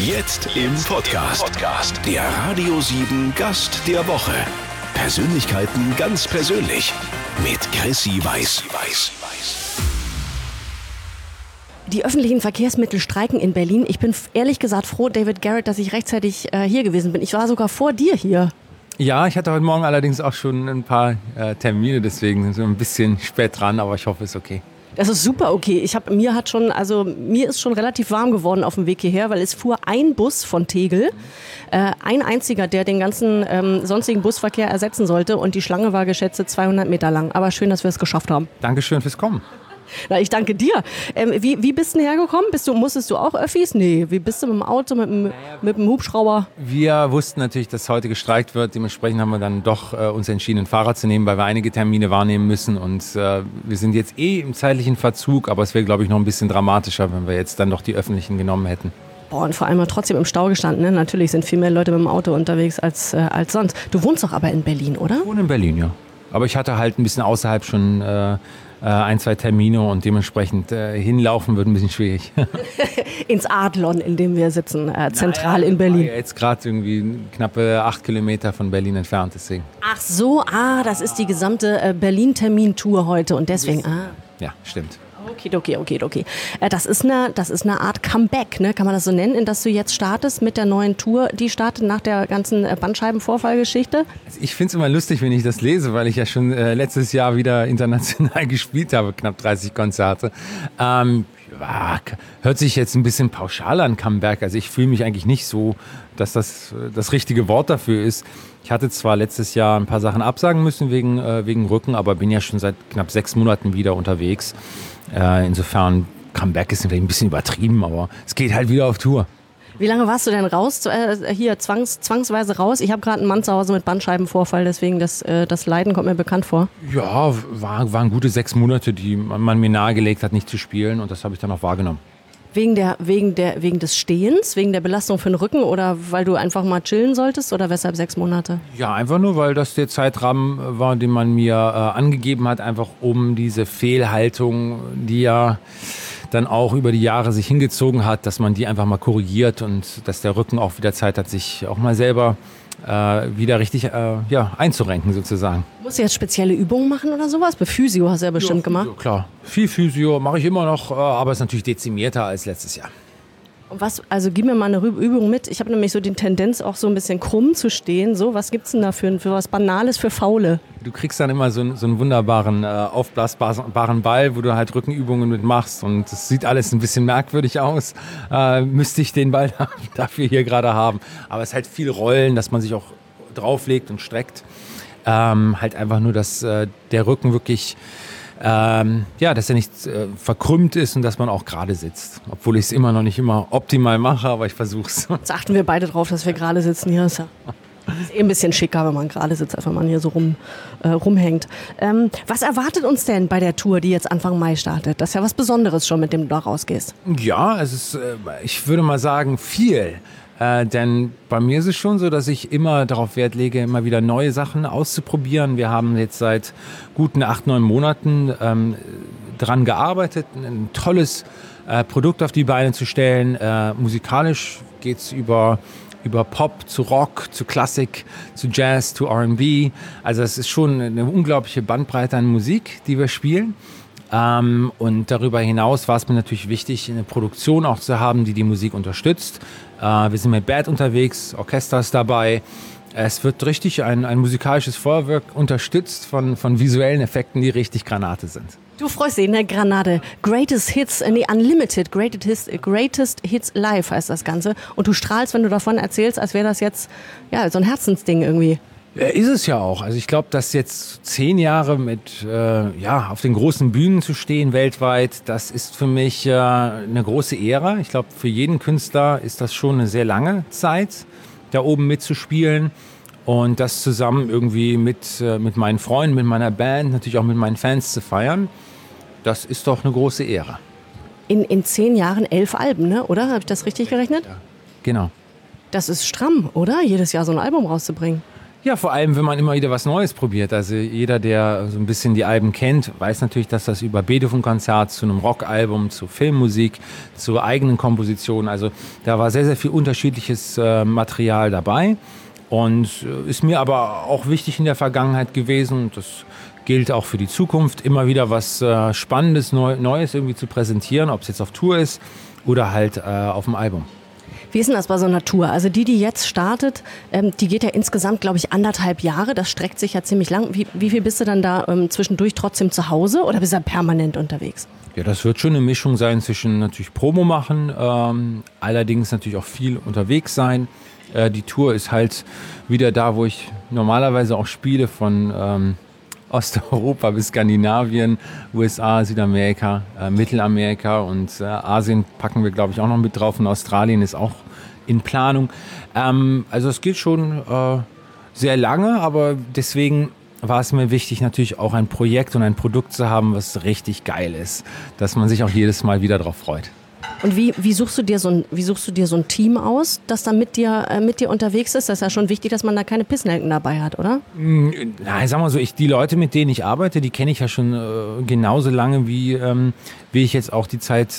Jetzt im Podcast. Der Radio 7 Gast der Woche. Persönlichkeiten ganz persönlich. Mit Chrissy Weiß. Die öffentlichen Verkehrsmittel streiken in Berlin. Ich bin ehrlich gesagt froh, David Garrett, dass ich rechtzeitig hier gewesen bin. Ich war sogar vor dir hier. Ja, ich hatte heute Morgen allerdings auch schon ein paar Termine, deswegen sind wir ein bisschen spät dran, aber ich hoffe, es ist okay. Das ist super okay. Mir ist schon relativ warm geworden auf dem Weg hierher, weil es fuhr ein Bus von Tegel, ein einziger, der den ganzen sonstigen Busverkehr ersetzen sollte, und die Schlange war geschätzt 200 Meter lang. Aber schön, dass wir es geschafft haben. Dankeschön fürs Kommen. Na, ich danke dir. Wie bist du denn hergekommen? Musstest du auch Öffis? Nee, wie bist du mit dem Auto, mit dem Hubschrauber? Wir wussten natürlich, dass heute gestreikt wird. Dementsprechend haben wir dann doch uns entschieden, ein Fahrrad zu nehmen, weil wir einige Termine wahrnehmen müssen. Und wir sind jetzt im zeitlichen Verzug, aber es wäre, glaube ich, noch ein bisschen dramatischer, wenn wir jetzt dann doch die öffentlichen genommen hätten. Boah, und vor allem trotzdem im Stau gestanden. Ne? Natürlich sind viel mehr Leute mit dem Auto unterwegs als sonst. Du wohnst doch aber in Berlin, oder? Ich wohne in Berlin, ja. Aber ich hatte halt ein bisschen außerhalb schon ein, zwei Termine und dementsprechend hinlaufen wird ein bisschen schwierig. Ins Adlon, in dem wir sitzen, zentral in Berlin. Ja, jetzt gerade irgendwie knappe 8 Kilometer von Berlin entfernt, deswegen. Ach so, das ist die gesamte Berlin-Termin-Tour heute und deswegen, Ja, stimmt. Okay. Das ist eine Art Comeback, ne? Kann man das so nennen, in das du jetzt startest mit der neuen Tour, die startet nach der ganzen Bandscheibenvorfallgeschichte? Also ich finde es immer lustig, wenn ich das lese, weil ich ja schon letztes Jahr wieder international gespielt habe, knapp 30 Konzerte. Hört sich jetzt ein bisschen pauschal an, Comeback. Also ich fühle mich eigentlich nicht so, dass das richtige Wort dafür ist. Ich hatte zwar letztes Jahr ein paar Sachen absagen müssen wegen Rücken, aber bin ja schon seit knapp 6 Monaten wieder unterwegs. Insofern, Comeback ist vielleicht ein bisschen übertrieben, aber es geht halt wieder auf Tour. Wie lange warst du denn raus? Hier zwangsweise raus? Ich habe gerade einen Mann zu Hause mit Bandscheibenvorfall, deswegen das Leiden kommt mir bekannt vor. Ja, waren gute 6 Monate, die man mir nahegelegt hat, nicht zu spielen, und das habe ich dann auch wahrgenommen. Wegen des Stehens, wegen der Belastung für den Rücken oder weil du einfach mal chillen solltest oder weshalb 6 Monate? Ja, einfach nur, weil das der Zeitrahmen war, den man mir angegeben hat, einfach um diese Fehlhaltung, die ja dann auch über die Jahre sich hingezogen hat, dass man die einfach mal korrigiert und dass der Rücken auch wieder Zeit hat, sich auch mal selber wieder richtig einzurenken sozusagen. Musst du jetzt spezielle Übungen machen oder sowas? Bei Physio hast du ja bestimmt gemacht. Physio, klar, viel Physio mache ich immer noch, aber es ist natürlich dezimierter als letztes Jahr. Und gib mir mal eine Übung mit. Ich habe nämlich so die Tendenz, auch so ein bisschen krumm zu stehen. So, was gibt's denn da für was Banales für Faule? Du kriegst dann immer so einen wunderbaren, aufblasbaren Ball, wo du halt Rückenübungen mit machst. Und es sieht alles ein bisschen merkwürdig aus. Müsste ich den Ball dafür hier gerade haben. Aber es ist halt viel Rollen, dass man sich auch drauflegt und streckt. Halt einfach nur, dass der Rücken wirklich... dass er nicht verkrümmt ist und dass man auch gerade sitzt. Obwohl ich es immer noch nicht immer optimal mache, aber ich versuche es. Jetzt achten wir beide drauf, dass wir gerade sitzen hier. Ist ein bisschen schicker, wenn man gerade sitzt, als wenn man hier so rumhängt. Was erwartet uns denn bei der Tour, die jetzt Anfang Mai startet? Das ist ja was Besonderes schon, mit dem du da rausgehst. Ja, es ist, ich würde mal sagen, viel. Denn bei mir ist es schon so, dass ich immer darauf Wert lege, immer wieder neue Sachen auszuprobieren. Wir haben jetzt seit guten 8-9 Monaten dran gearbeitet, ein tolles Produkt auf die Beine zu stellen. Musikalisch geht es über Pop zu Rock, zu Klassik, zu Jazz, zu R&B. Also es ist schon eine unglaubliche Bandbreite an Musik, die wir spielen. Und darüber hinaus war es mir natürlich wichtig, eine Produktion auch zu haben, die Musik unterstützt. Wir sind mit Band unterwegs, Orchester ist dabei. Es wird richtig ein musikalisches Feuerwerk unterstützt von visuellen Effekten, die richtig Granate sind. Du freust dich, ne? Granate. Unlimited Greatest Hits Live heißt das Ganze. Und du strahlst, wenn du davon erzählst, als wäre das jetzt so ein Herzensding irgendwie. Ja, ist es ja auch. Also ich glaube, dass jetzt 10 Jahre mit auf den großen Bühnen zu stehen weltweit, das ist für mich eine große Ehre. Ich glaube, für jeden Künstler ist das schon eine sehr lange Zeit, da oben mitzuspielen. Und das zusammen irgendwie mit meinen Freunden, mit meiner Band, natürlich auch mit meinen Fans zu feiern, das ist doch eine große Ehre. In 10 Jahren 11 Alben, ne? Oder? Habe ich das richtig gerechnet? Ja, genau. Das ist stramm, oder? Jedes Jahr so ein Album rauszubringen. Ja, vor allem, wenn man immer wieder was Neues probiert. Also jeder, der so ein bisschen die Alben kennt, weiß natürlich, dass das über Beethoven-Konzert zu einem Rockalbum, zu Filmmusik, zu eigenen Kompositionen, also da war sehr, sehr viel unterschiedliches Material dabei. Und ist mir aber auch wichtig in der Vergangenheit gewesen, und das gilt auch für die Zukunft, immer wieder was Spannendes, Neues irgendwie zu präsentieren, ob es jetzt auf Tour ist oder halt auf dem Album. Wie ist denn das bei so einer Tour? Also die jetzt startet, die geht ja insgesamt, glaube ich, 1,5 Jahre. Das streckt sich ja ziemlich lang. Wie viel bist du dann da zwischendurch trotzdem zu Hause oder bist du permanent unterwegs? Ja, das wird schon eine Mischung sein zwischen natürlich Promo machen, allerdings natürlich auch viel unterwegs sein. Die Tour ist halt wieder da, wo ich normalerweise auch spiele, von Osteuropa bis Skandinavien, USA, Südamerika, Mittelamerika und Asien packen wir, glaube ich, auch noch mit drauf. Und Australien ist auch in Planung. Also es geht schon sehr lange, aber deswegen war es mir wichtig, natürlich auch ein Projekt und ein Produkt zu haben, was richtig geil ist, dass man sich auch jedes Mal wieder drauf freut. Und wie suchst du dir so ein Team aus, das dann mit dir unterwegs ist? Das ist ja schon wichtig, dass man da keine Pissnelken dabei hat, oder? Nein, sag mal so, die Leute, mit denen ich arbeite, die kenne ich ja schon genauso lange, wie ich jetzt auch die Zeit,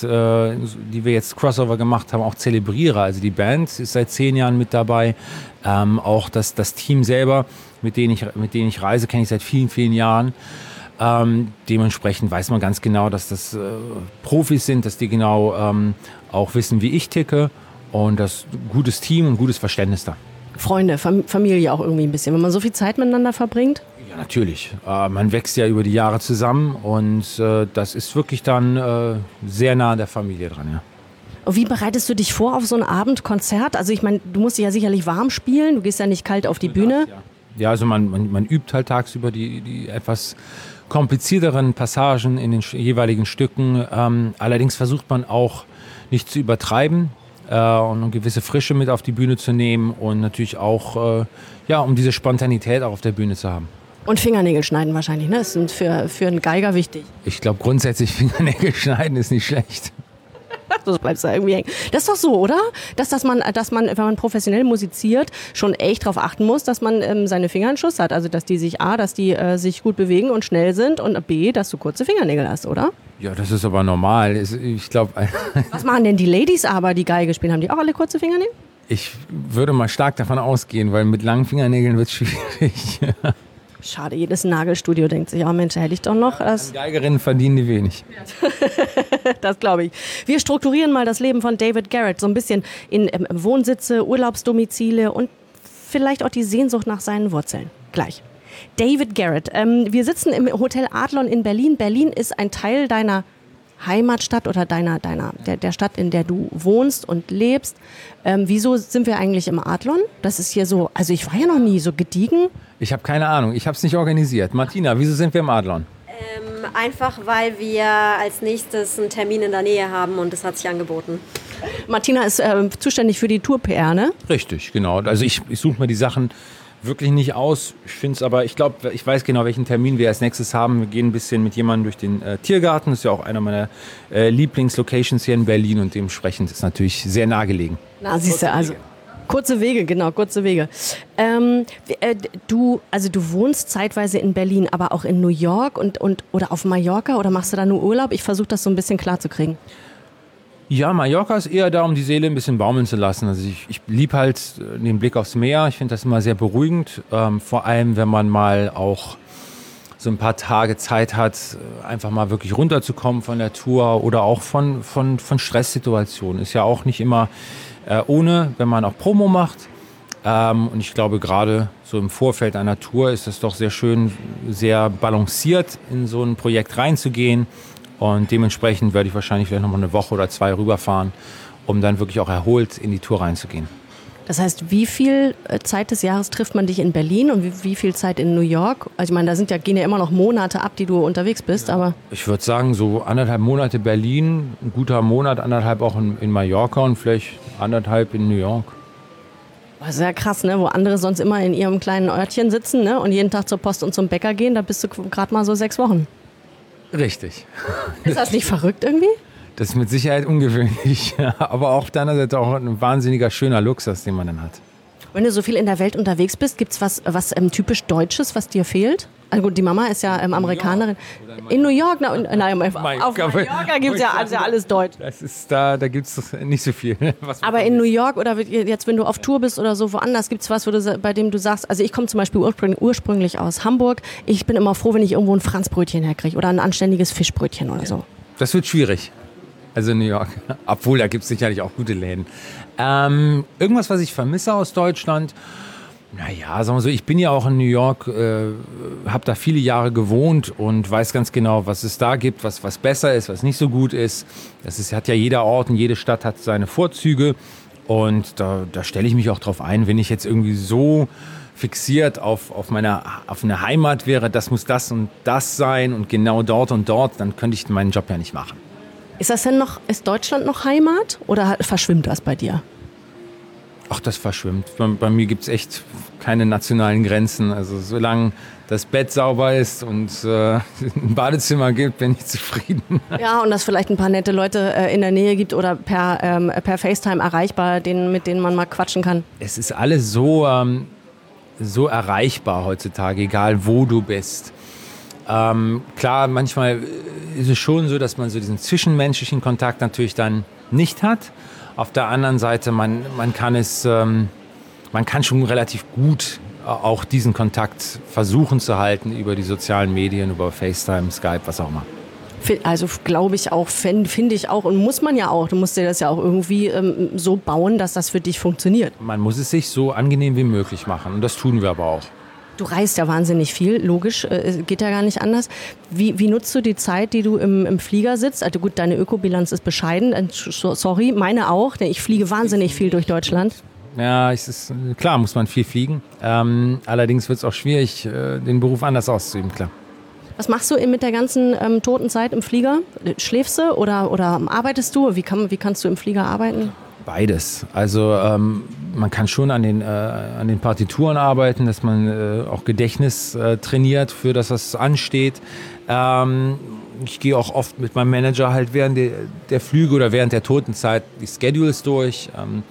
die wir jetzt Crossover gemacht haben, auch zelebriere. Also die Band ist seit 10 Jahren mit dabei. Auch das Team selber, mit denen ich reise, kenne ich seit vielen, vielen Jahren. Dementsprechend weiß man ganz genau, dass das Profis sind, dass die genau auch wissen, wie ich ticke, und das gutes Team und gutes Verständnis da. Freunde, Familie auch irgendwie ein bisschen, wenn man so viel Zeit miteinander verbringt? Ja, natürlich. Man wächst ja über die Jahre zusammen, und das ist wirklich dann sehr nah an der Familie dran, ja. Und wie bereitest du dich vor auf so ein Abendkonzert? Also ich meine, du musst dich ja sicherlich warm spielen, du gehst ja nicht kalt auf die Bühne. Ja, also man übt halt tagsüber die etwas komplizierteren Passagen in den jeweiligen Stücken. Allerdings versucht man auch nicht zu übertreiben und eine gewisse Frische mit auf die Bühne zu nehmen und natürlich auch, um diese Spontanität auch auf der Bühne zu haben. Und Fingernägel schneiden wahrscheinlich, ne? Das ist für einen Geiger wichtig. Ich glaube, grundsätzlich Fingernägel schneiden ist nicht schlecht. Das bleibst da irgendwie hängen. Das ist doch so, oder? Dass man, wenn man professionell musiziert, schon echt darauf achten muss, dass man seine Finger in Schuss hat. Also, dass die sich sich gut bewegen und schnell sind, und B, dass du kurze Fingernägel hast, oder? Ja, das ist aber normal. Ich glaube. Was machen denn die Ladies aber, die Geige spielen? Haben die auch alle kurze Fingernägel? Ich würde mal stark davon ausgehen, weil mit langen Fingernägeln wird es schwierig. Schade, jedes Nagelstudio denkt sich, Mensch, hätte ich doch noch. Geigerinnen verdienen die wenig. Das glaube ich. Wir strukturieren mal das Leben von David Garrett so ein bisschen in Wohnsitze, Urlaubsdomizile und vielleicht auch die Sehnsucht nach seinen Wurzeln. Gleich. David Garrett, wir sitzen im Hotel Adlon in Berlin. Berlin ist ein Teil deiner Heimatstadt oder der Stadt, in der du wohnst und lebst. Wieso sind wir eigentlich im Adlon? Das ist hier so, also ich war ja noch nie so gediegen. Ich habe keine Ahnung, ich habe es nicht organisiert. Martina, wieso sind wir im Adlon? Einfach, weil wir als nächstes einen Termin in der Nähe haben und das hat sich angeboten. Martina ist zuständig für die Tour-PR, ne? Richtig, genau. Also ich suche mir die Sachen wirklich nicht aus. Ich finde es aber, ich glaube, ich weiß genau, welchen Termin wir als nächstes haben. Wir gehen ein bisschen mit jemandem durch den Tiergarten. Das ist ja auch einer meiner Lieblingslocations hier in Berlin und dementsprechend ist es natürlich sehr nahegelegen. Na, siehst du, also kurze Wege, genau, kurze Wege. Du wohnst zeitweise in Berlin, aber auch in New York oder auf Mallorca, oder machst du da nur Urlaub? Ich versuche das so ein bisschen klar zu kriegen. Ja, Mallorca ist eher da, um die Seele ein bisschen baumeln zu lassen. Also ich liebe halt den Blick aufs Meer. Ich finde das immer sehr beruhigend. Vor allem, wenn man mal auch so ein paar Tage Zeit hat, einfach mal wirklich runterzukommen von der Tour oder auch von Stresssituationen. Ist ja auch nicht immer ohne, wenn man auch Promo macht. Und ich glaube, gerade so im Vorfeld einer Tour ist es doch sehr schön, sehr balanciert in so ein Projekt reinzugehen. Und dementsprechend werde ich wahrscheinlich vielleicht noch mal eine Woche oder 2 rüberfahren, um dann wirklich auch erholt in die Tour reinzugehen. Das heißt, wie viel Zeit des Jahres trifft man dich in Berlin und wie viel Zeit in New York? Also ich meine, gehen ja immer noch Monate ab, die du unterwegs bist, aber... Ich würde sagen, so 1,5 Monate Berlin, ein guter Monat, 1,5 auch in Mallorca und vielleicht 1,5 in New York. Das ist ja krass, ne? Wo andere sonst immer in ihrem kleinen Örtchen sitzen, ne? Und jeden Tag zur Post und zum Bäcker gehen, da bist du gerade mal so 6 Wochen. Richtig. Ist das nicht verrückt irgendwie? Das ist mit Sicherheit ungewöhnlich, aber auch auf der anderen Seite auch ein wahnsinniger schöner Luxus, den man dann hat. Wenn du so viel in der Welt unterwegs bist, gibt's was typisch Deutsches, was dir fehlt? Also gut, die Mama ist ja Amerikanerin. In New York? Auf Mallorca gibt es ja alles Deutsch. Da gibt es nicht so viel. Aber in New York oder jetzt, wenn du auf Tour bist oder so woanders, gibt es was, bei dem du sagst, also ich komme zum Beispiel ursprünglich aus Hamburg. Ich bin immer froh, wenn ich irgendwo ein Franzbrötchen herkriege oder ein anständiges Fischbrötchen oder so. Das wird schwierig. Also in New York. Obwohl, da gibt es sicherlich auch gute Läden. Irgendwas, was ich vermisse aus Deutschland? Naja, sagen wir so, ich bin ja auch in New York, habe da viele Jahre gewohnt und weiß ganz genau, was es da gibt, was besser ist, was nicht so gut ist. Hat ja jeder Ort und jede Stadt hat seine Vorzüge und da stelle ich mich auch drauf ein, wenn ich jetzt irgendwie so fixiert auf eine Heimat wäre, das muss das und das sein und genau dort und dort, dann könnte ich meinen Job ja nicht machen. Ist Deutschland noch Heimat oder verschwimmt das bei dir? Ach, das verschwimmt. Bei mir gibt es echt keine nationalen Grenzen. Also solange das Bett sauber ist und ein Badezimmer gibt, bin ich zufrieden. Ja, und dass vielleicht ein paar nette Leute in der Nähe gibt oder per FaceTime erreichbar, mit denen man mal quatschen kann. Es ist alles so erreichbar heutzutage, egal wo du bist. Klar, manchmal ist es schon so, dass man so diesen zwischenmenschlichen Kontakt natürlich dann nicht hat. Auf der anderen Seite, man kann schon relativ gut auch diesen Kontakt versuchen zu halten über die sozialen Medien, über FaceTime, Skype, was auch immer. Also glaube ich auch, finde ich auch und muss man ja auch. Du musst dir das ja auch irgendwie so bauen, dass das für dich funktioniert. Man muss es sich so angenehm wie möglich machen und das tun wir aber auch. Du reist ja wahnsinnig viel, logisch, geht ja gar nicht anders. Wie nutzt du die Zeit, die du im Flieger sitzt? Also gut, deine Ökobilanz ist bescheiden, sorry, meine auch, denn ich fliege wahnsinnig viel durch Deutschland. Ja, klar muss man viel fliegen. Allerdings wird es auch schwierig, den Beruf anders auszuüben, klar. Was machst du mit der ganzen toten Zeit im Flieger? Schläfst du oder arbeitest du? Wie kannst du im Flieger arbeiten? Beides. Also man kann schon an den Partituren arbeiten, dass man auch Gedächtnis trainiert für das, was ansteht. Ich gehe auch oft mit meinem Manager halt während der Flüge oder während der Totenzeit die Schedules durch.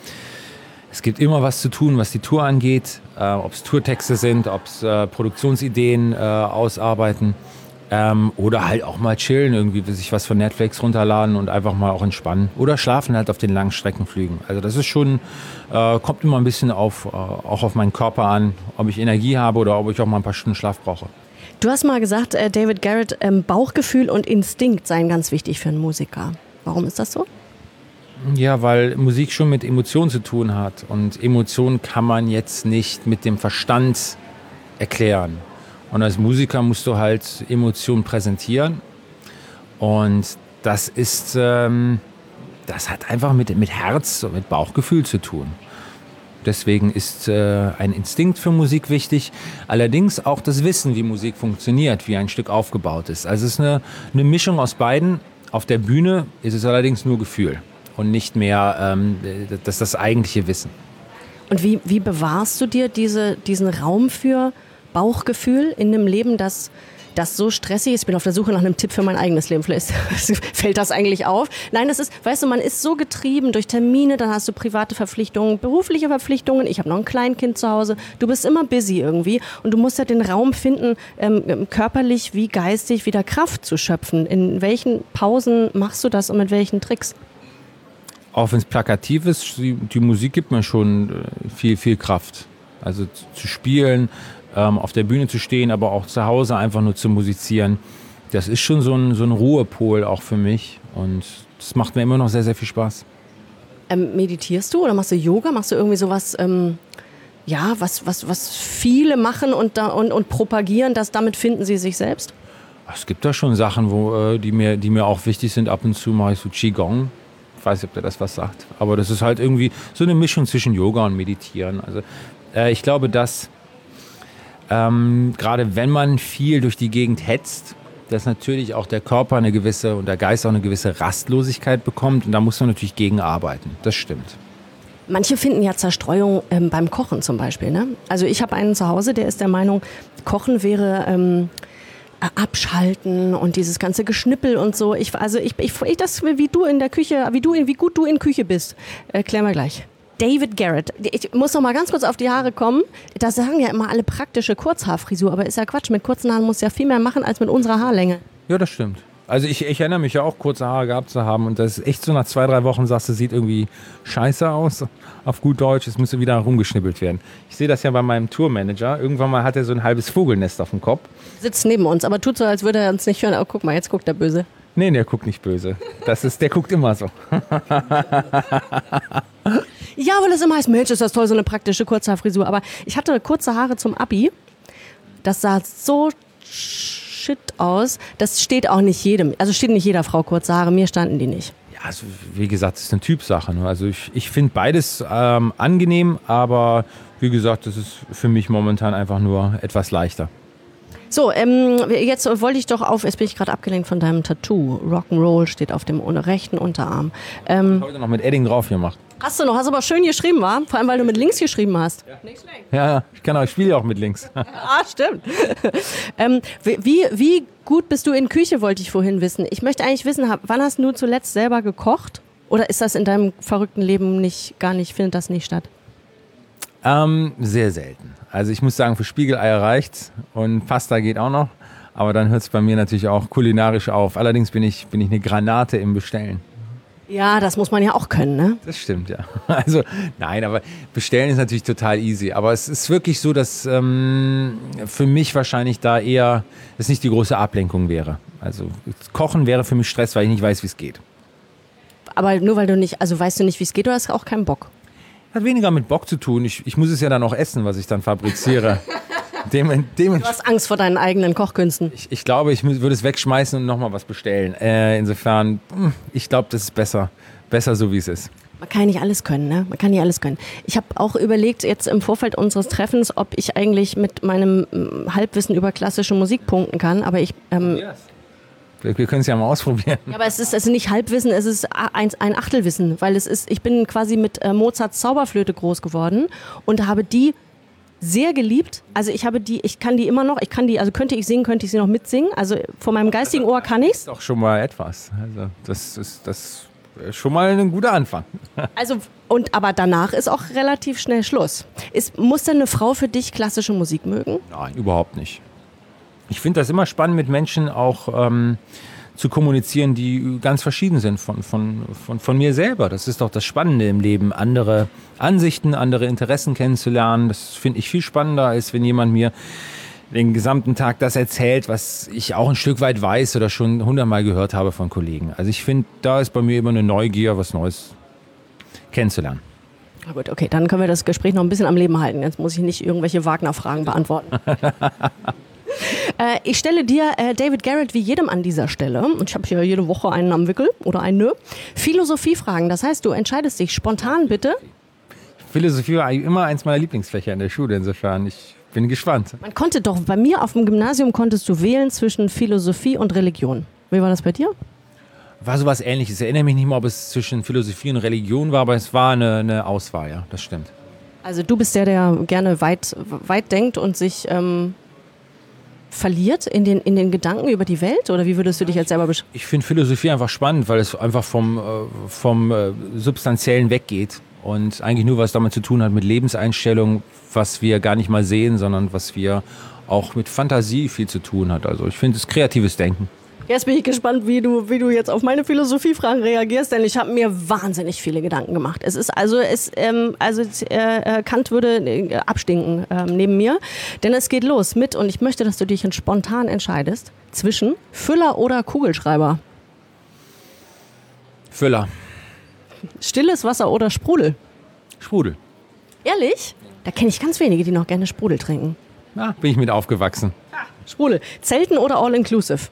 Es gibt immer was zu tun, was die Tour angeht, ob es Tourtexte sind, ob es Produktionsideen ausarbeiten. Oder halt auch mal chillen, irgendwie sich was von Netflix runterladen und einfach mal auch entspannen. Oder schlafen halt auf den langen Streckenflügen. Also das ist schon, kommt immer ein bisschen auch auf meinen Körper an, ob ich Energie habe oder ob ich auch mal ein paar Stunden Schlaf brauche. Du hast mal gesagt, David Garrett, Bauchgefühl und Instinkt seien ganz wichtig für einen Musiker. Warum ist das so? Ja, weil Musik schon mit Emotionen zu tun hat. Und Emotionen kann man jetzt nicht mit dem Verstand erklären. Und als Musiker musst du halt Emotionen präsentieren. Und das hat einfach mit Herz und mit Bauchgefühl zu tun. Deswegen ist ein Instinkt für Musik wichtig. Allerdings auch das Wissen, wie Musik funktioniert, wie ein Stück aufgebaut ist. Also es ist eine Mischung aus beiden. Auf der Bühne ist es allerdings nur Gefühl und nicht mehr das eigentliche Wissen. Und wie bewahrst du dir diesen Raum für Bauchgefühl in einem Leben, das so stressig ist? Ich bin auf der Suche nach einem Tipp für mein eigenes Leben. Vielleicht fällt das eigentlich auf. Nein, das ist, weißt du, man ist so getrieben durch Termine, dann hast du private Verpflichtungen, berufliche Verpflichtungen. Ich habe noch ein Kleinkind zu Hause. Du bist immer busy irgendwie und du musst ja den Raum finden, körperlich wie geistig wieder Kraft zu schöpfen. In welchen Pausen machst du das und mit welchen Tricks? Auch wenn es plakativ ist, die Musik gibt mir schon viel, viel Kraft. Also zu spielen, auf der Bühne zu stehen, aber auch zu Hause einfach nur zu musizieren. Das ist schon so ein Ruhepol auch für mich und das macht mir immer noch sehr, sehr viel Spaß. Meditierst du oder machst du Yoga? Machst du irgendwie sowas, was viele machen und propagieren, dass damit finden sie sich selbst? Es gibt da schon Sachen, die mir auch wichtig sind. Ab und zu mache ich so Qigong. Ich weiß nicht, ob der das was sagt. Aber das ist halt irgendwie so eine Mischung zwischen Yoga und Meditieren. Also ich glaube, dass gerade wenn man viel durch die Gegend hetzt, dass natürlich auch der Körper und der Geist auch eine gewisse Rastlosigkeit bekommt. Und da muss man natürlich gegen arbeiten. Das stimmt. Manche finden ja Zerstreuung beim Kochen zum Beispiel. Ne? Also ich habe einen zu Hause, der ist der Meinung, Kochen wäre abschalten und dieses ganze Geschnippel und so. Wie gut du in Küche bist, erklär mal gleich. David Garrett. Ich muss noch mal ganz kurz auf die Haare kommen. Da sagen ja immer alle praktische Kurzhaarfrisur, aber ist ja Quatsch. Mit kurzen Haaren muss ja viel mehr machen als mit unserer Haarlänge. Ja, das stimmt. Also ich erinnere mich ja auch, kurze Haare gehabt zu haben und das ist echt so nach 2-3 Wochen sagst du, sieht irgendwie scheiße aus, auf gut Deutsch, es müsste wieder rumgeschnippelt werden. Ich sehe das ja bei meinem Tourmanager, irgendwann mal hat er so ein halbes Vogelnest auf dem Kopf. Sitzt neben uns, aber tut so, als würde er uns nicht hören. Oh, guck mal, jetzt guckt er böse. Nee, der guckt nicht böse. Der guckt immer so. Ja, weil es immer heißt, Mensch, ist das toll, so eine praktische Kurzhaarfrisur. Aber ich hatte kurze Haare zum Abi. Das sah so shit aus. Das steht auch nicht jedem. Also steht nicht jeder Frau kurze Haare. Mir standen die nicht. Ja, also wie gesagt, das ist eine Typsache. Ne? Also ich finde beides angenehm, aber wie gesagt, das ist für mich momentan einfach nur etwas leichter. So, jetzt wollte ich doch jetzt bin ich gerade abgelenkt von deinem Tattoo. Rock'n'Roll steht auf dem rechten Unterarm. Heute noch mit Edding drauf gemacht. Hast du noch, hast aber schön geschrieben, wa? Vor allem, weil du mit links geschrieben hast. Ja. Nicht schlecht. Ja, ich spiele ja auch mit links. Stimmt. Wie gut bist du in Küche, wollte ich vorhin wissen. Ich möchte eigentlich wissen, wann hast du zuletzt selber gekocht? Oder ist das in deinem verrückten Leben findet das nicht statt? Sehr selten. Also ich muss sagen, für Spiegeleier reicht's und Pasta geht auch noch. Aber dann hört es bei mir natürlich auch kulinarisch auf. Allerdings bin ich eine Granate im Bestellen. Ja, das muss man ja auch können, ne? Das stimmt, ja. Also nein, aber bestellen ist natürlich total easy. Aber es ist wirklich so, dass für mich wahrscheinlich da eher es nicht die große Ablenkung wäre. Also Kochen wäre für mich Stress, weil ich nicht weiß, wie es geht. Aber nur weil weißt du nicht, wie es geht, oder hast du auch keinen Bock? Hat weniger mit Bock zu tun. Ich muss es ja dann auch essen, was ich dann fabriziere. Du hast Angst vor deinen eigenen Kochkünsten. Ich glaube, ich würde es wegschmeißen und nochmal was bestellen. Insofern, ich glaube, das ist besser so, wie es ist. Man kann ja nicht alles können, ne? Man kann nicht alles können. Ich habe auch überlegt, jetzt im Vorfeld unseres Treffens, ob ich eigentlich mit meinem Halbwissen über klassische Musik punkten kann, aber ich... Wir können es ja mal ausprobieren. Ja, aber es ist nicht Halbwissen, es ist ein Achtelwissen, weil ich bin quasi mit Mozarts Zauberflöte groß geworden und habe die sehr geliebt. Also ich kann die immer noch, also könnte ich sie noch mitsingen. Also von meinem geistigen Ohr kann ich's. Das ist doch schon mal etwas. Also das ist schon mal ein guter Anfang. Also aber danach ist auch relativ schnell Schluss. Muss denn eine Frau für dich klassische Musik mögen? Nein, überhaupt nicht. Ich finde das immer spannend, mit Menschen auch zu kommunizieren, die ganz verschieden sind von mir selber. Das ist doch das Spannende im Leben, andere Ansichten, andere Interessen kennenzulernen. Das finde ich viel spannender, als wenn jemand mir den gesamten Tag das erzählt, was ich auch ein Stück weit weiß oder schon 100-mal gehört habe von Kollegen. Also ich finde, da ist bei mir immer eine Neugier, was Neues kennenzulernen. Na gut, okay, dann können wir das Gespräch noch ein bisschen am Leben halten. Jetzt muss ich nicht irgendwelche Wagner-Fragen beantworten. Ich stelle dir David Garrett wie jedem an dieser Stelle, und ich habe hier jede Woche einen am Wickel oder eine, Philosophiefragen. Das heißt, du entscheidest dich spontan, bitte. Philosophie war immer eins meiner Lieblingsfächer in der Schule, insofern ich bin gespannt. Man konnte doch, bei mir auf dem Gymnasium konntest du wählen zwischen Philosophie und Religion. Wie war das bei dir? War sowas Ähnliches. Ich erinnere mich nicht mal, ob es zwischen Philosophie und Religion war, aber es war eine Auswahl, ja, das stimmt. Also du bist der gerne weit denkt und sich verliert in den Gedanken über die Welt? Oder wie würdest du dich jetzt selber beschreiben? Ich finde Philosophie einfach spannend, weil es einfach vom Substanziellen weggeht und eigentlich nur was damit zu tun hat mit Lebenseinstellungen, was wir gar nicht mal sehen, sondern was wir auch mit Fantasie viel zu tun hat. Also ich finde es kreatives Denken. Jetzt bin ich gespannt, wie du jetzt auf meine Philosophiefragen reagierst, denn ich habe mir wahnsinnig viele Gedanken gemacht. Kant würde abstinken neben mir, denn es geht los mit, und ich möchte, dass du dich spontan entscheidest, zwischen Füller oder Kugelschreiber. Füller. Stilles Wasser oder Sprudel? Sprudel. Ehrlich? Da kenne ich ganz wenige, die noch gerne Sprudel trinken. Ja, bin ich mit aufgewachsen. Sprudel. Zelten oder All-Inclusive?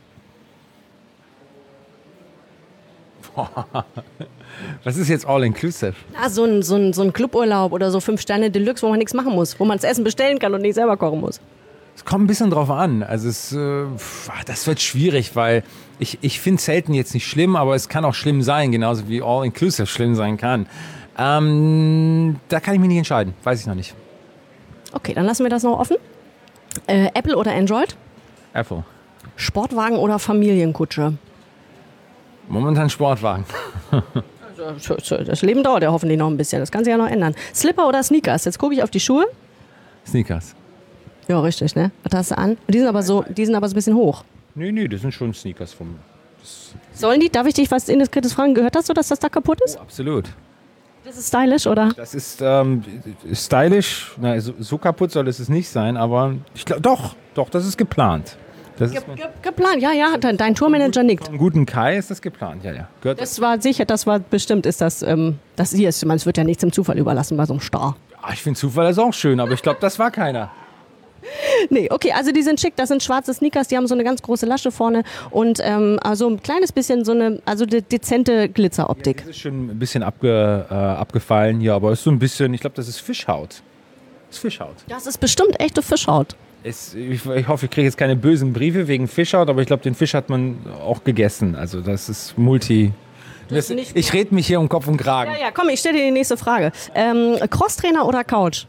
Was ist jetzt All-Inclusive? So ein Cluburlaub oder so 5 Sterne Deluxe, wo man nichts machen muss, wo man das Essen bestellen kann und nicht selber kochen muss. Es kommt ein bisschen drauf an. Also das wird schwierig, weil ich finde Zelten jetzt nicht schlimm, aber es kann auch schlimm sein, genauso wie All-Inclusive schlimm sein kann. Da kann ich mich nicht entscheiden, weiß ich noch nicht. Okay, dann lassen wir das noch offen. Apple oder Android? Apple. Sportwagen oder Familienkutsche? Momentan Sportwagen. Das Leben dauert ja hoffentlich noch ein bisschen. Das kann sich ja noch ändern. Slipper oder Sneakers? Jetzt gucke ich auf die Schuhe. Sneakers. Ja, richtig, ne? Was hast du an? Die sind aber so ein bisschen hoch. Nee, das sind schon Sneakers vom... Sollen die, darf ich dich was Indiskretes fragen? Gehört das so, dass das da kaputt ist? Oh, absolut. Das ist stylisch, oder? Das ist stylisch. Na, so kaputt soll es nicht sein, aber ich glaube, doch, das ist geplant. Das ist Geplant, ja. Dein Tourmanager nickt. Einen guten Kai ist das geplant, ja. Gehört Das war sicher, bestimmt, ist das hier ist, es wird ja nichts im Zufall überlassen bei so einem Star. Ja, ich finde Zufall ist auch schön, aber ich glaube, das war keiner. Nee, okay, also die sind schick, das sind schwarze Sneakers, die haben so eine ganz große Lasche vorne und also ein kleines bisschen so eine dezente Glitzeroptik. Ja, das ist schon ein bisschen abgefallen hier, aber ist so ein bisschen, ich glaube, das ist Fischhaut. Das ist Fischhaut. Das ist bestimmt echte Fischhaut. Ich hoffe, ich kriege jetzt keine bösen Briefe wegen Fischhaut, aber ich glaube, den Fisch hat man auch gegessen. Also das ist ich rede mich hier um Kopf und Kragen. Ja, komm, ich stelle dir die nächste Frage. Crosstrainer oder Couch?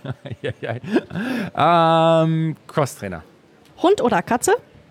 Crosstrainer. Hund oder Katze?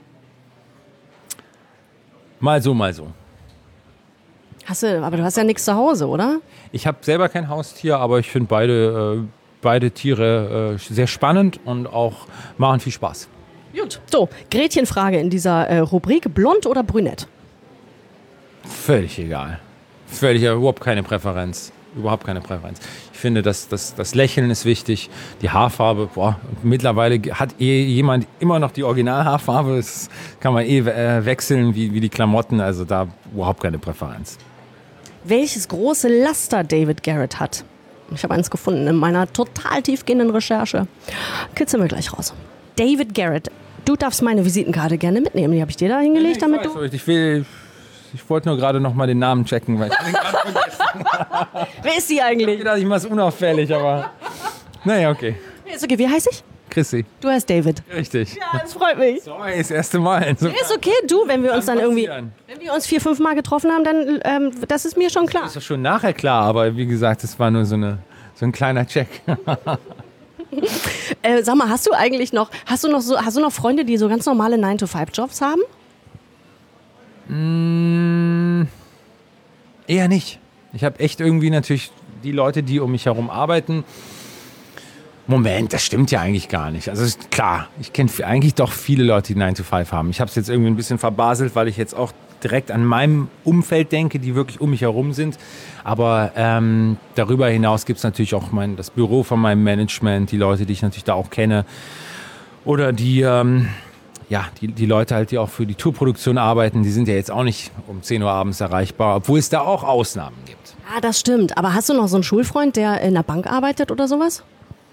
Mal so, mal so. Aber du hast ja nichts zu Hause, oder? Ich habe selber kein Haustier, aber ich finde beide Tiere sehr spannend und auch machen viel Spaß. Gut. So, Gretchenfrage in dieser Rubrik. Blond oder brünett? Völlig egal. Überhaupt keine Präferenz. Ich finde, das Lächeln ist wichtig. Die Haarfarbe, mittlerweile hat jemand immer noch die Originalhaarfarbe. Das kann man wechseln wie die Klamotten. Also da überhaupt keine Präferenz. Welches große Laster David Garrett hat? Ich habe eins gefunden in meiner total tiefgehenden Recherche. Kitzeln wir gleich raus. David Garrett, du darfst meine Visitenkarte gerne mitnehmen. Die habe ich dir da hingelegt, damit du... Ich wollte nur gerade noch mal den Namen checken, weil ich den gerade vergessen. Wer ist sie eigentlich? Ich dachte, ich mache es unauffällig, aber naja, okay. Ist okay, wie heiße ich? Chrissy. Du heißt David. Richtig. Ja, das freut mich. Sorry, das erste Mal. Ist okay, du, wenn wir uns dann irgendwie, wenn wir uns 4-5 Mal getroffen haben, dann, das ist mir schon klar. Das ist schon nachher klar, aber wie gesagt, das war nur so ein kleiner Check. Sag mal, hast du noch Freunde, die so ganz normale 9-to-5-Jobs haben? Eher nicht. Ich habe echt irgendwie natürlich die Leute, die um mich herum arbeiten. Moment, das stimmt ja eigentlich gar nicht. Also klar, ich kenne eigentlich doch viele Leute, die 9-to-5 haben. Ich habe es jetzt irgendwie ein bisschen verbaselt, weil ich jetzt auch direkt an meinem Umfeld denke, die wirklich um mich herum sind. Aber darüber hinaus gibt es natürlich auch das Büro von meinem Management, die Leute, die ich natürlich da auch kenne. Oder die Leute halt, die auch für die Tourproduktion arbeiten, die sind ja jetzt auch nicht um 10 Uhr abends erreichbar, obwohl es da auch Ausnahmen gibt. Ah, das stimmt. Aber hast du noch so einen Schulfreund, der in der Bank arbeitet oder sowas?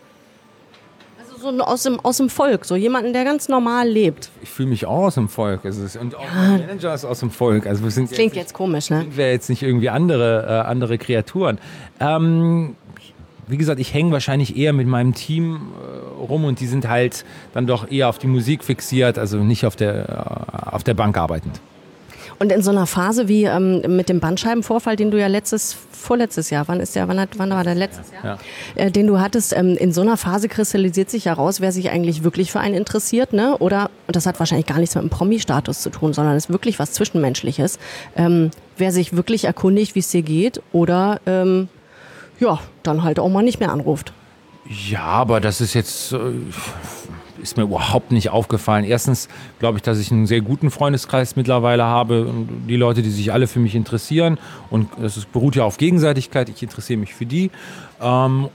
Also so aus dem Volk, so jemanden, der ganz normal lebt. Ich fühle mich auch aus dem Volk. Und auch mein Manager ist aus dem Volk. Also wir sind klingt jetzt komisch, ne? Sind wir jetzt nicht irgendwie andere Kreaturen. Wie gesagt, ich hänge wahrscheinlich eher mit meinem Team rum und die sind halt dann doch eher auf die Musik fixiert, also nicht auf der Bank arbeitend. Und in so einer Phase wie mit dem Bandscheibenvorfall, den du ja vorletztes Jahr, wann war der letztes Jahr? Ja. Den du hattest, in so einer Phase kristallisiert sich ja raus, wer sich eigentlich wirklich für einen interessiert, ne? Oder, und das hat wahrscheinlich gar nichts mit dem Promi-Status zu tun, sondern ist wirklich was Zwischenmenschliches. Wer sich wirklich erkundigt, wie es dir geht oder dann halt auch mal nicht mehr anruft. Ja, aber das ist jetzt... ist mir überhaupt nicht aufgefallen. Erstens glaube ich, dass ich einen sehr guten Freundeskreis mittlerweile habe und die Leute, die sich alle für mich interessieren und es beruht ja auf Gegenseitigkeit, ich interessiere mich für die aber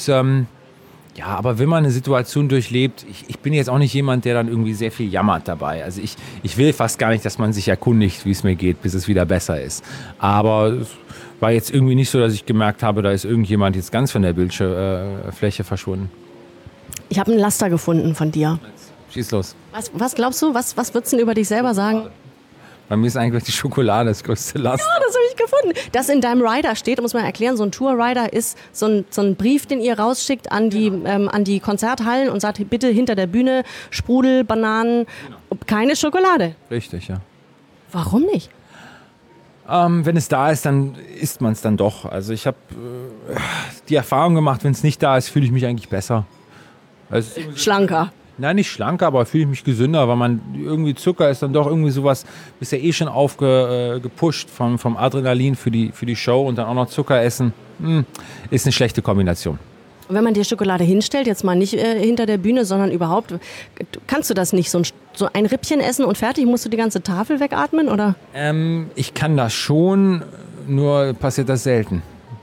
wenn man eine Situation durchlebt, ich bin jetzt auch nicht jemand, der dann irgendwie sehr viel jammert dabei. Also ich will fast gar nicht, dass man sich erkundigt, wie es mir geht, bis es wieder besser ist. Aber es war jetzt irgendwie nicht so, dass ich gemerkt habe, da ist irgendjemand jetzt ganz von der Bildschirmfläche verschwunden. Ich habe ein Laster gefunden von dir. Schieß los. Was glaubst du? Was würdest du denn über dich selber sagen? Bei mir ist eigentlich die Schokolade das größte Laster. Ja, das habe ich gefunden. Das in deinem Rider steht, muss man erklären, so ein Tour-Rider ist so ein Brief, den ihr rausschickt an die Konzerthallen und sagt, bitte hinter der Bühne Sprudel, Bananen, keine Schokolade. Richtig, ja. Warum nicht? Wenn es da ist, dann isst man es dann doch. Also ich habe die Erfahrung gemacht, wenn es nicht da ist, fühle ich mich eigentlich besser. Also schlanker. Nein, nicht schlanker, aber fühle ich mich gesünder, weil man irgendwie Zucker ist dann doch irgendwie sowas, bist ja eh schon aufgepusht vom Adrenalin für die Show und dann auch noch Zucker essen, ist eine schlechte Kombination. Und wenn man dir Schokolade hinstellt, jetzt mal nicht hinter der Bühne, sondern überhaupt, kannst du das nicht so ein Rippchen essen und fertig, musst du die ganze Tafel wegatmen, oder? Ich kann das schon, nur passiert das selten.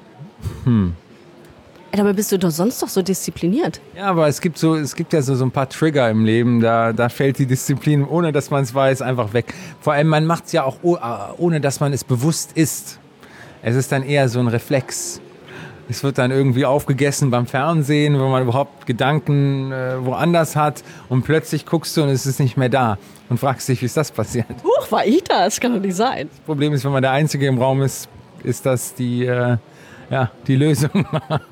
Dabei bist du doch sonst doch so diszipliniert. Ja, aber es gibt ja so ein paar Trigger im Leben, da fällt die Disziplin, ohne dass man es weiß, einfach weg. Vor allem, man macht es ja auch, ohne dass man es bewusst isst. Es ist dann eher so ein Reflex. Es wird dann irgendwie aufgegessen beim Fernsehen, wenn man überhaupt Gedanken woanders hat und plötzlich guckst du und es ist nicht mehr da und fragst dich, wie ist das passiert? Huch, war ich das? Kann doch nicht sein. Das Problem ist, wenn man der Einzige im Raum ist, ist das die Lösung.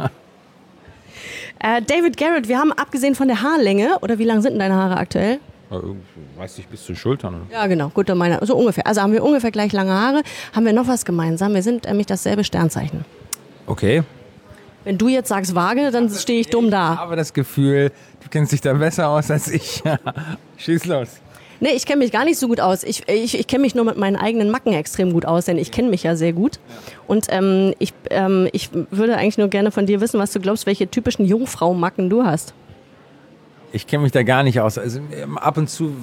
David Garrett, wir haben abgesehen von der Haarlänge, oder wie lang sind denn deine Haare aktuell? Weiß nicht, bis zu den Schultern. Oder? Ja, genau, gut, so ungefähr. Also haben wir ungefähr gleich lange Haare. Haben wir noch was gemeinsam? Wir sind nämlich dasselbe Sternzeichen. Okay. Wenn du jetzt sagst Waage, dann stehe ich dumm da. Ich habe das Gefühl, du kennst dich da besser aus als ich. Schieß los. Nee, ich kenne mich gar nicht so gut aus. Ich kenne mich nur mit meinen eigenen Macken extrem gut aus, denn ich kenne mich ja sehr gut. Und ich würde eigentlich nur gerne von dir wissen, was du glaubst, welche typischen Jungfrau-Macken du hast. Ich kenne mich da gar nicht aus. Also ab und zu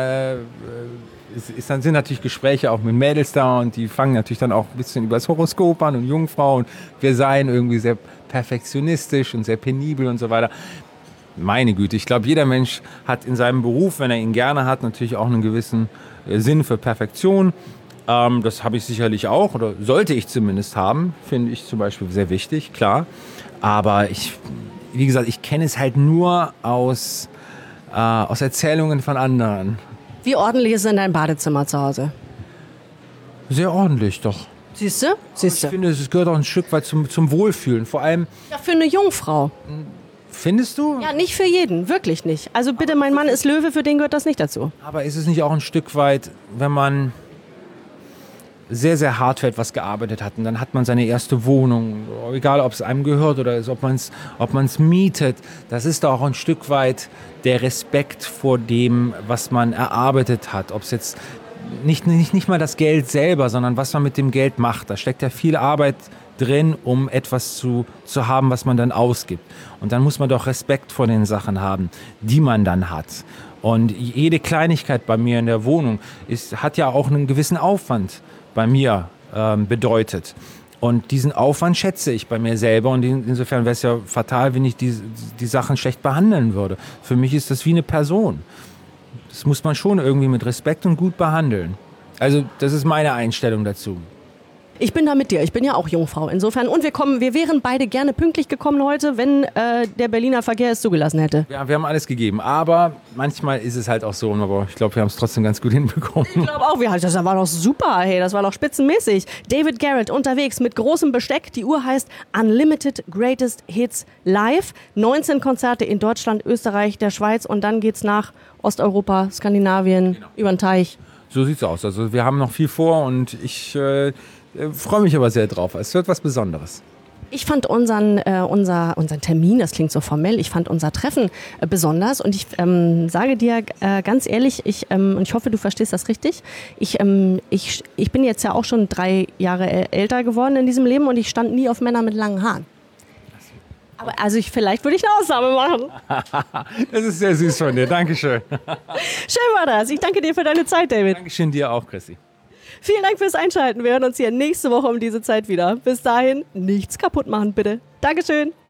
sind natürlich Gespräche auch mit Mädels da und die fangen natürlich dann auch ein bisschen über das Horoskop an und Jungfrau und wir seien irgendwie sehr perfektionistisch und sehr penibel und so weiter. Meine Güte, ich glaube, jeder Mensch hat in seinem Beruf, wenn er ihn gerne hat, natürlich auch einen gewissen Sinn für Perfektion. Das habe ich sicherlich auch oder sollte ich zumindest haben, finde ich zum Beispiel sehr wichtig, klar. Aber wie gesagt, ich kenne es halt nur aus Erzählungen von anderen. Wie ordentlich ist denn dein Badezimmer zu Hause? Sehr ordentlich, doch. Siehst du? Ich finde, es gehört auch ein Stück weit zum Wohlfühlen. Vor allem. Ja, für eine Jungfrau. Findest du? Ja, nicht für jeden, wirklich nicht. Also bitte, mein Mann ist Löwe, für den gehört das nicht dazu. Aber ist es nicht auch ein Stück weit, wenn man sehr, sehr hart für etwas gearbeitet hat und dann hat man seine erste Wohnung, egal ob es einem gehört oder ob man es mietet, das ist doch auch ein Stück weit der Respekt vor dem, was man erarbeitet hat. Ob es jetzt nicht mal das Geld selber, sondern was man mit dem Geld macht. Da steckt ja viel Arbeit drin, um etwas zu haben, was man dann ausgibt. Und dann muss man doch Respekt vor den Sachen haben, die man dann hat. Und jede Kleinigkeit bei mir in der Wohnung hat ja auch einen gewissen Aufwand bei mir bedeutet. Und diesen Aufwand schätze ich bei mir selber. Und insofern wäre es ja fatal, wenn ich die Sachen schlecht behandeln würde. Für mich ist das wie eine Person. Das muss man schon irgendwie mit Respekt und gut behandeln. Also das ist meine Einstellung dazu. Ich bin da mit dir, ich bin ja auch Jungfrau insofern. Und wir wären beide gerne pünktlich gekommen heute, wenn der Berliner Verkehr es zugelassen hätte. Ja, wir haben alles gegeben, aber manchmal ist es halt auch so. Aber ich glaube, wir haben es trotzdem ganz gut hinbekommen. Ich glaube auch, das war doch super, hey, das war doch spitzenmäßig. David Garrett unterwegs mit großem Besteck. Die Uhr heißt Unlimited Greatest Hits Live. 19 Konzerte in Deutschland, Österreich, der Schweiz und dann geht's nach Osteuropa, Skandinavien, über den Teich. So sieht's aus. Also wir haben noch viel vor und ich freue mich aber sehr drauf. Es wird was Besonderes. Ich fand unseren Termin, das klingt so formell, ich fand unser Treffen besonders und ich sage dir ganz ehrlich, und ich hoffe, du verstehst das richtig, ich bin jetzt ja auch schon 3 Jahre älter geworden in diesem Leben und ich stand nie auf Männer mit langen Haaren. Aber vielleicht würde ich eine Ausnahme machen. Das ist sehr süß von dir, Dankeschön. Schön war das. Ich danke dir für deine Zeit, David. Dankeschön dir auch, Chrissy. Vielen Dank fürs Einschalten. Wir hören uns hier nächste Woche um diese Zeit wieder. Bis dahin, nichts kaputt machen, bitte. Dankeschön.